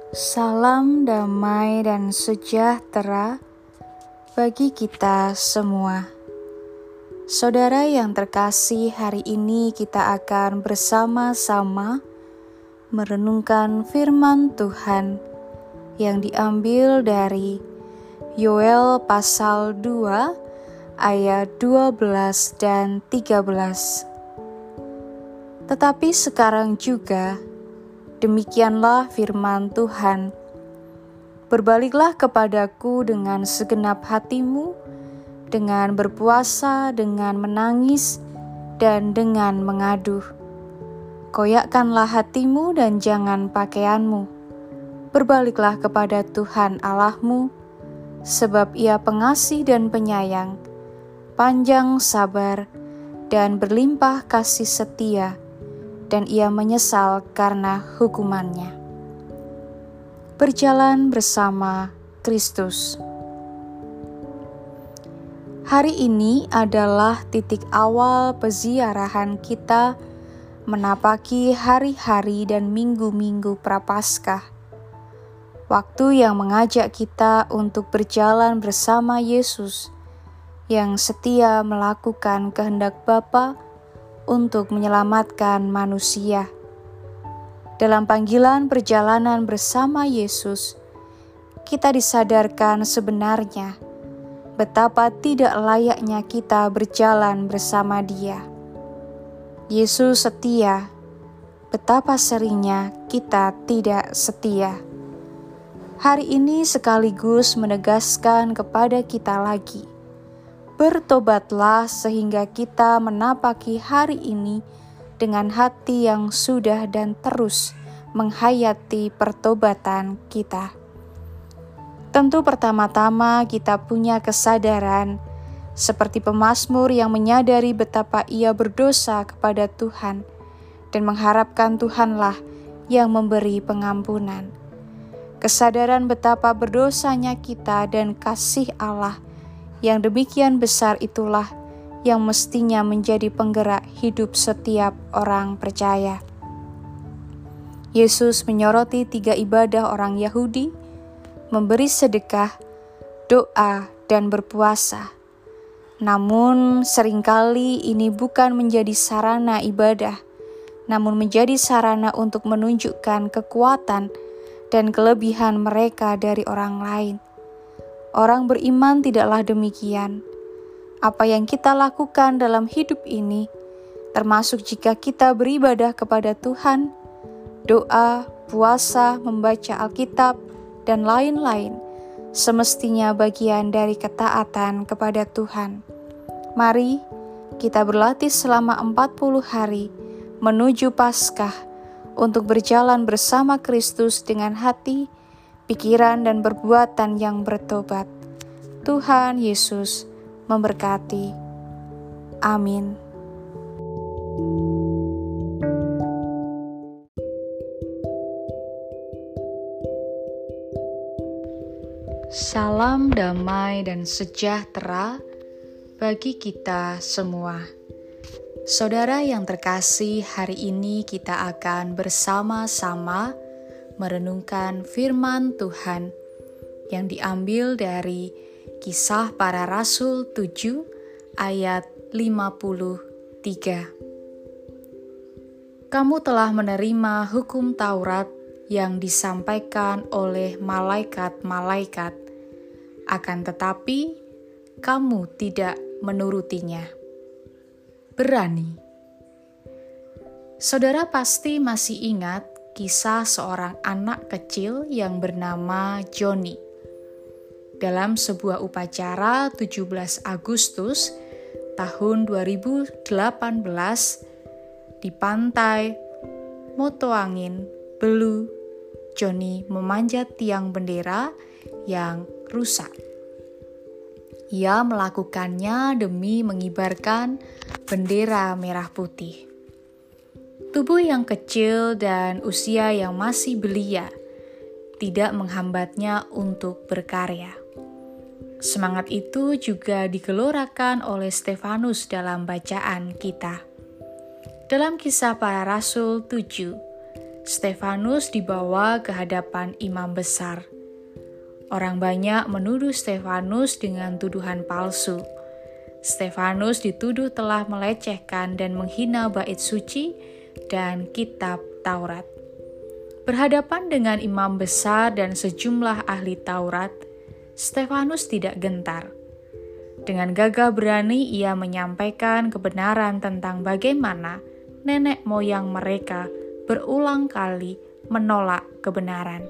Salam damai dan sejahtera bagi kita semua. Saudara yang terkasih, hari ini kita akan bersama-sama merenungkan firman Tuhan yang diambil dari Yoel pasal 2 ayat 12 dan 13. Tetapi sekarang juga demikianlah firman Tuhan, berbaliklah kepadaku dengan segenap hatimu, dengan berpuasa, dengan menangis, dan dengan mengaduh. Koyakkanlah hatimu dan jangan pakaianmu. Berbaliklah kepada Tuhan Allahmu, sebab Ia pengasih dan penyayang, panjang sabar, dan berlimpah kasih setia, dan Ia menyesal karena hukumannya. Berjalan bersama Kristus. Hari ini adalah titik awal peziarahan kita menapaki hari-hari dan minggu-minggu Prapaskah. Waktu yang mengajak kita untuk berjalan bersama Yesus yang setia melakukan kehendak Bapa untuk menyelamatkan manusia. Dalam panggilan perjalanan bersama Yesus, kita disadarkan sebenarnya betapa tidak layaknya kita berjalan bersama Dia. Yesus setia, betapa seringnya kita tidak setia. Hari ini sekaligus menegaskan kepada kita lagi, bertobatlah sehingga kita menapaki hari ini dengan hati yang sudah dan terus menghayati pertobatan kita. Tentu pertama-tama kita punya kesadaran seperti pemazmur yang menyadari betapa ia berdosa kepada Tuhan dan mengharapkan Tuhanlah yang memberi pengampunan. Kesadaran betapa berdosanya kita dan kasih Allah yang demikian besar itulah yang mestinya menjadi penggerak hidup setiap orang percaya. Yesus menyoroti 3 ibadah orang Yahudi, memberi sedekah, doa, dan berpuasa. Namun seringkali ini bukan menjadi sarana ibadah, namun menjadi sarana untuk menunjukkan kekuatan dan kelebihan mereka dari orang lain. Orang beriman tidaklah demikian. Apa yang kita lakukan dalam hidup ini, termasuk jika kita beribadah kepada Tuhan, doa, puasa, membaca Alkitab, dan lain-lain, semestinya bagian dari ketaatan kepada Tuhan. Mari kita berlatih selama 40 hari menuju Paskah untuk berjalan bersama Kristus dengan hati, pikiran, dan perbuatan yang bertobat. Tuhan Yesus memberkati. Amin. Salam damai dan sejahtera bagi kita semua. Saudara yang terkasih, hari ini kita akan bersama-sama merenungkan firman Tuhan yang diambil dari Kisah Para Rasul 7 ayat 53. Kamu telah menerima hukum Taurat yang disampaikan oleh malaikat-malaikat, akan tetapi kamu tidak menurutinya. Berani. Saudara pasti masih ingat kisah seorang anak kecil yang bernama Joni. Dalam sebuah upacara 17 Agustus tahun 2018 di pantai Motoangin, Belu, Joni memanjat tiang bendera yang rusak. Ia melakukannya demi mengibarkan bendera merah putih. Tubuh yang kecil dan usia yang masih belia tidak menghambatnya untuk berkarya. Semangat itu juga digelorakan oleh Stefanus dalam bacaan kita. Dalam Kisah Para Rasul 7, Stefanus dibawa ke hadapan imam besar. Orang banyak menuduh Stefanus dengan tuduhan palsu. Stefanus dituduh telah melecehkan dan menghina bait suci dan kitab Taurat. Berhadapan dengan imam besar dan sejumlah ahli Taurat, Stefanus tidak gentar. Dengan gagah berani ia menyampaikan kebenaran tentang bagaimana nenek moyang mereka berulang kali menolak kebenaran.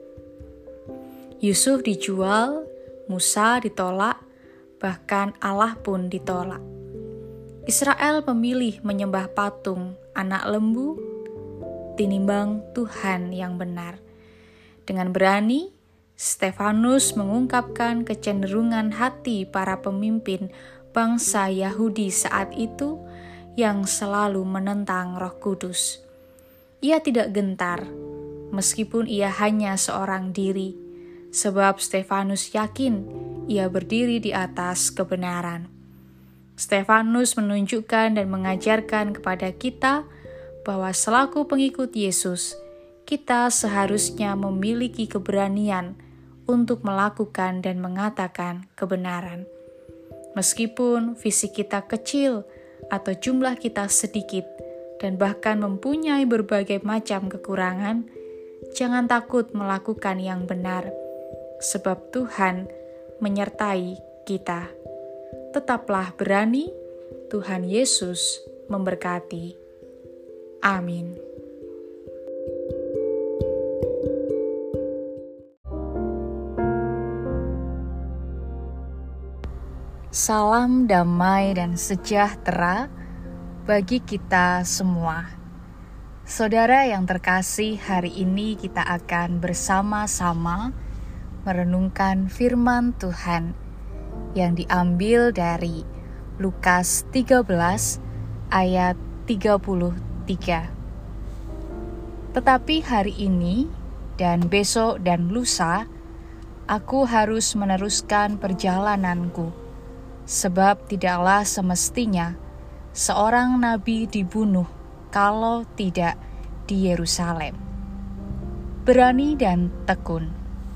Yusuf dijual, Musa ditolak, bahkan Allah pun ditolak. Israel memilih menyembah patung anak lembu tinimbang Tuhan yang benar. Dengan berani, Stefanus mengungkapkan kecenderungan hati para pemimpin bangsa Yahudi saat itu yang selalu menentang Roh Kudus. Ia tidak gentar, meskipun ia hanya seorang diri, sebab Stefanus yakin ia berdiri di atas kebenaran. Stefanus menunjukkan dan mengajarkan kepada kita bahwa selaku pengikut Yesus, kita seharusnya memiliki keberanian untuk melakukan dan mengatakan kebenaran. Meskipun fisik kita kecil atau jumlah kita sedikit dan bahkan mempunyai berbagai macam kekurangan, jangan takut melakukan yang benar, sebab Tuhan menyertai kita. Tetaplah berani, Tuhan Yesus memberkati. Amin. Salam damai dan sejahtera bagi kita semua. Saudara yang terkasih, hari ini kita akan bersama-sama merenungkan firman Tuhan yang diambil dari Lukas 13 ayat 33. Tetapi hari ini dan besok dan lusa, aku harus meneruskan perjalananku, sebab tidaklah semestinya seorang nabi dibunuh kalau tidak di Yerusalem. Berani dan tekun.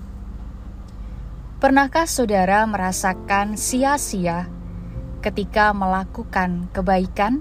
Pernahkah saudara merasakan sia-sia ketika melakukan kebaikan?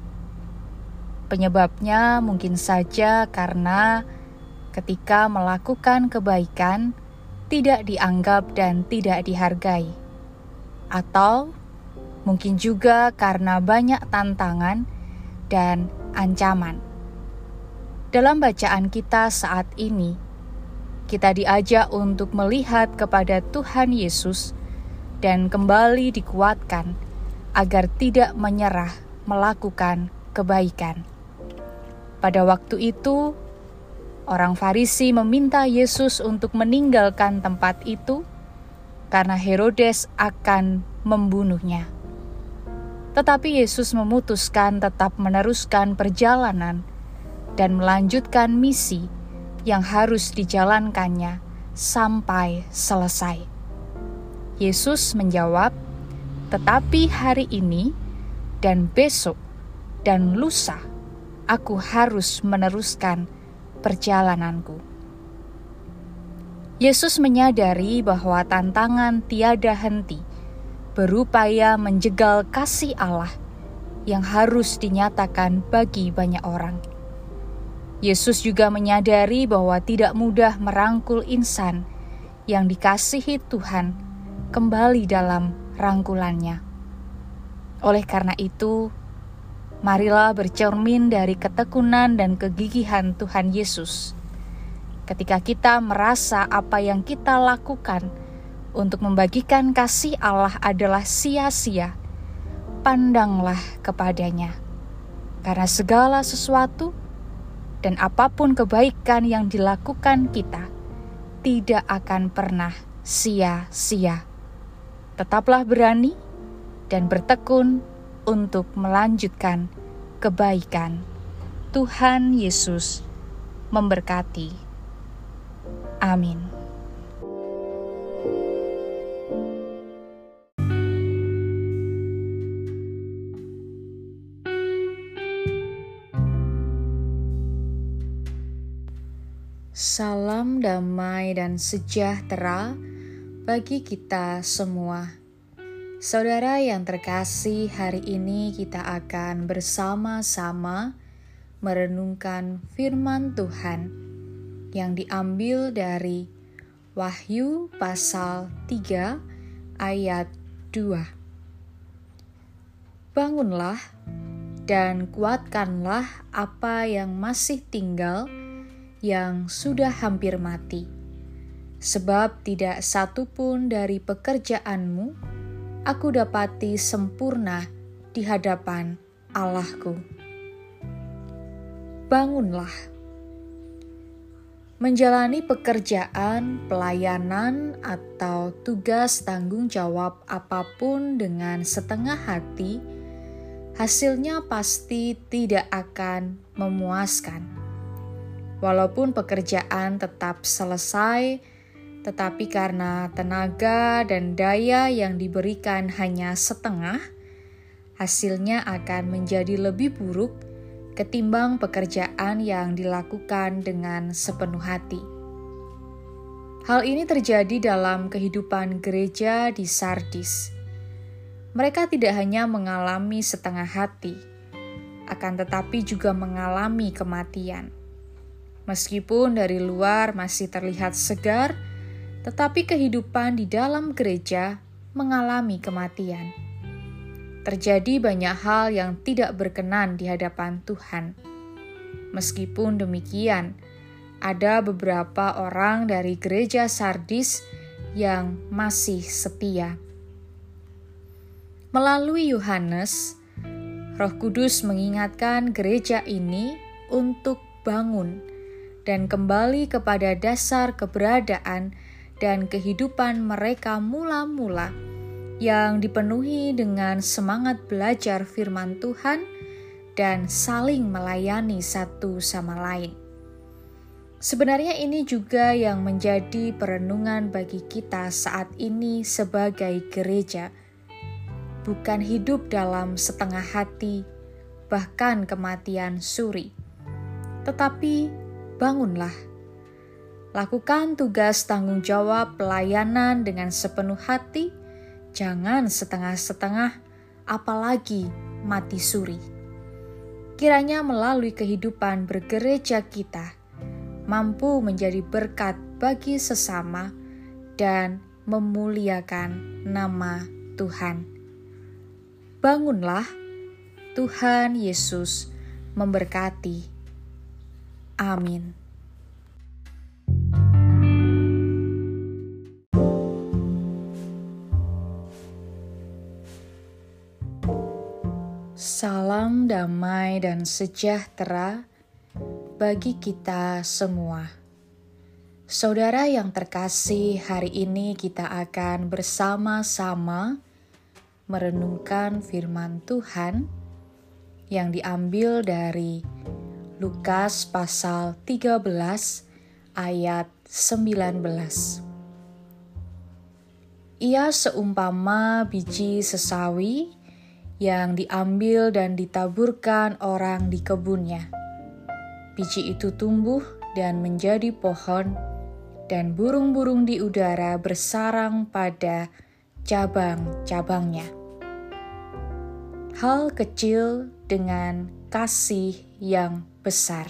Penyebabnya mungkin saja karena ketika melakukan kebaikan tidak dianggap dan tidak dihargai. Atau mungkin juga karena banyak tantangan dan ancaman. Dalam bacaan kita saat ini, kita diajak untuk melihat kepada Tuhan Yesus dan kembali dikuatkan agar tidak menyerah melakukan kebaikan. Pada waktu itu, orang Farisi meminta Yesus untuk meninggalkan tempat itu karena Herodes akan membunuhnya. Tetapi Yesus memutuskan tetap meneruskan perjalanan dan melanjutkan misi yang harus dijalankannya sampai selesai. Yesus menjawab, "Tetapi hari ini dan besok dan lusa, aku harus meneruskan perjalananku." Yesus menyadari bahwa tantangan tiada henti berupaya menjegal kasih Allah yang harus dinyatakan bagi banyak orang. Yesus juga menyadari bahwa tidak mudah merangkul insan yang dikasihi Tuhan kembali dalam rangkulannya. Oleh karena itu, marilah bercermin dari ketekunan dan kegigihan Tuhan Yesus. Ketika kita merasa apa yang kita lakukan untuk membagikan kasih Allah adalah sia-sia, pandanglah kepadanya. Karena segala sesuatu dan apapun kebaikan yang dilakukan kita tidak akan pernah sia-sia. Tetaplah berani dan bertekun untuk melanjutkan kebaikan. Tuhan Yesus memberkati. Amin. Salam damai dan sejahtera bagi kita semua. Saudara yang terkasih, hari ini kita akan bersama-sama merenungkan firman Tuhan yang diambil dari Wahyu pasal 3 ayat 2. Bangunlah dan kuatkanlah apa yang masih tinggal, yang sudah hampir mati, sebab tidak satu pun dari pekerjaanmu aku dapati sempurna di hadapan Allahku. Bangunlah. Menjalani pekerjaan, pelayanan, atau tugas tanggung jawab apapun dengan setengah hati, hasilnya pasti tidak akan memuaskan. Walaupun pekerjaan tetap selesai, tetapi karena tenaga dan daya yang diberikan hanya setengah, hasilnya akan menjadi lebih buruk ketimbang pekerjaan yang dilakukan dengan sepenuh hati. Hal ini terjadi dalam kehidupan gereja di Sardis. Mereka tidak hanya mengalami setengah hati, akan tetapi juga mengalami kematian. Meskipun dari luar masih terlihat segar, tetapi kehidupan di dalam gereja mengalami kematian. Terjadi banyak hal yang tidak berkenan di hadapan Tuhan. Meskipun demikian, ada beberapa orang dari gereja Sardis yang masih setia. Melalui Yohanes, Roh Kudus mengingatkan gereja ini untuk bangun dan kembali kepada dasar keberadaan dan kehidupan mereka mula-mula yang dipenuhi dengan semangat belajar firman Tuhan dan saling melayani satu sama lain. Sebenarnya ini juga yang menjadi perenungan bagi kita saat ini sebagai gereja. Bukan hidup dalam setengah hati, bahkan kematian suri. Tetapi bangunlah. Lakukan tugas tanggung jawab pelayanan dengan sepenuh hati, jangan setengah-setengah, apalagi mati suri. Kiranya melalui kehidupan bergereja kita, mampu menjadi berkat bagi sesama dan memuliakan nama Tuhan. Bangunlah, Tuhan Yesus memberkati. Amin. Salam damai dan sejahtera bagi kita semua. Saudara yang terkasih, hari ini kita akan bersama-sama merenungkan firman Tuhan yang diambil dari Lukas pasal 13 ayat 19. Ia seumpama biji sesawi yang diambil dan ditaburkan orang di kebunnya. Biji itu tumbuh dan menjadi pohon, dan burung-burung di udara bersarang pada cabang-cabangnya. Hal kecil dengan kasih yang besar.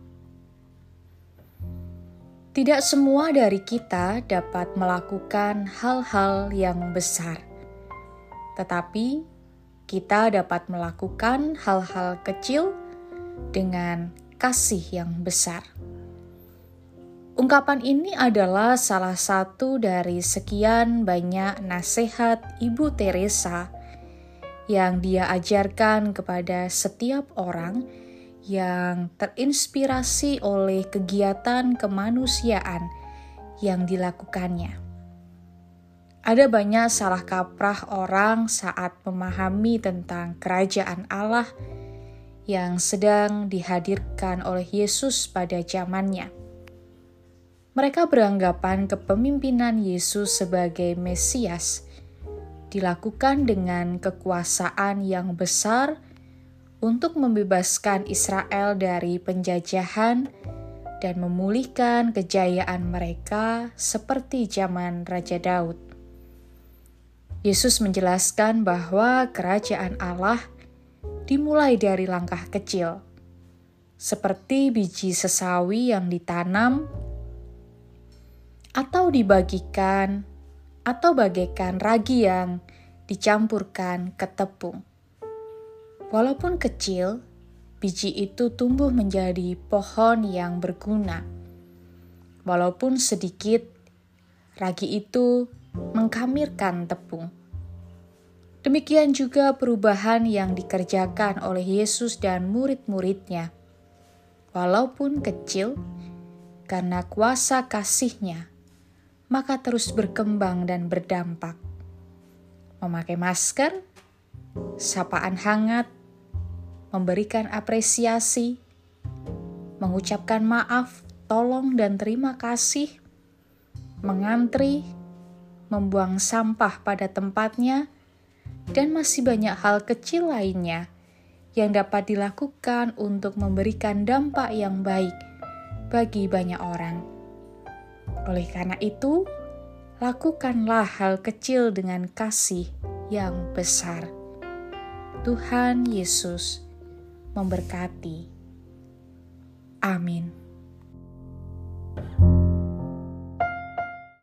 Tidak semua dari kita dapat melakukan hal-hal yang besar, tetapi kita dapat melakukan hal-hal kecil dengan kasih yang besar. Ungkapan ini adalah salah satu dari sekian banyak nasihat Ibu Teresa yang dia ajarkan kepada setiap orang yang terinspirasi oleh kegiatan kemanusiaan yang dilakukannya. Ada banyak salah kaprah orang saat memahami tentang kerajaan Allah yang sedang dihadirkan oleh Yesus pada zamannya. Mereka beranggapan kepemimpinan Yesus sebagai Mesias dilakukan dengan kekuasaan yang besar untuk membebaskan Israel dari penjajahan dan memulihkan kejayaan mereka seperti zaman Raja Daud. Yesus menjelaskan bahwa kerajaan Allah dimulai dari langkah kecil, seperti biji sesawi yang ditanam atau dibagikan atau bagaikan ragi yang dicampurkan ke tepung. Walaupun kecil, biji itu tumbuh menjadi pohon yang berguna. Walaupun sedikit, ragi itu mengkamirkan tepung. Demikian juga perubahan yang dikerjakan oleh Yesus dan murid-muridnya. Walaupun kecil, karena kuasa kasih-Nya, maka terus berkembang dan berdampak. Memakai masker, sapaan hangat, memberikan apresiasi, mengucapkan maaf, tolong dan terima kasih, mengantri, membuang sampah pada tempatnya, dan masih banyak hal kecil lainnya yang dapat dilakukan untuk memberikan dampak yang baik bagi banyak orang. Oleh karena itu, lakukanlah hal kecil dengan kasih yang besar. Tuhan Yesus memberkati. Amin.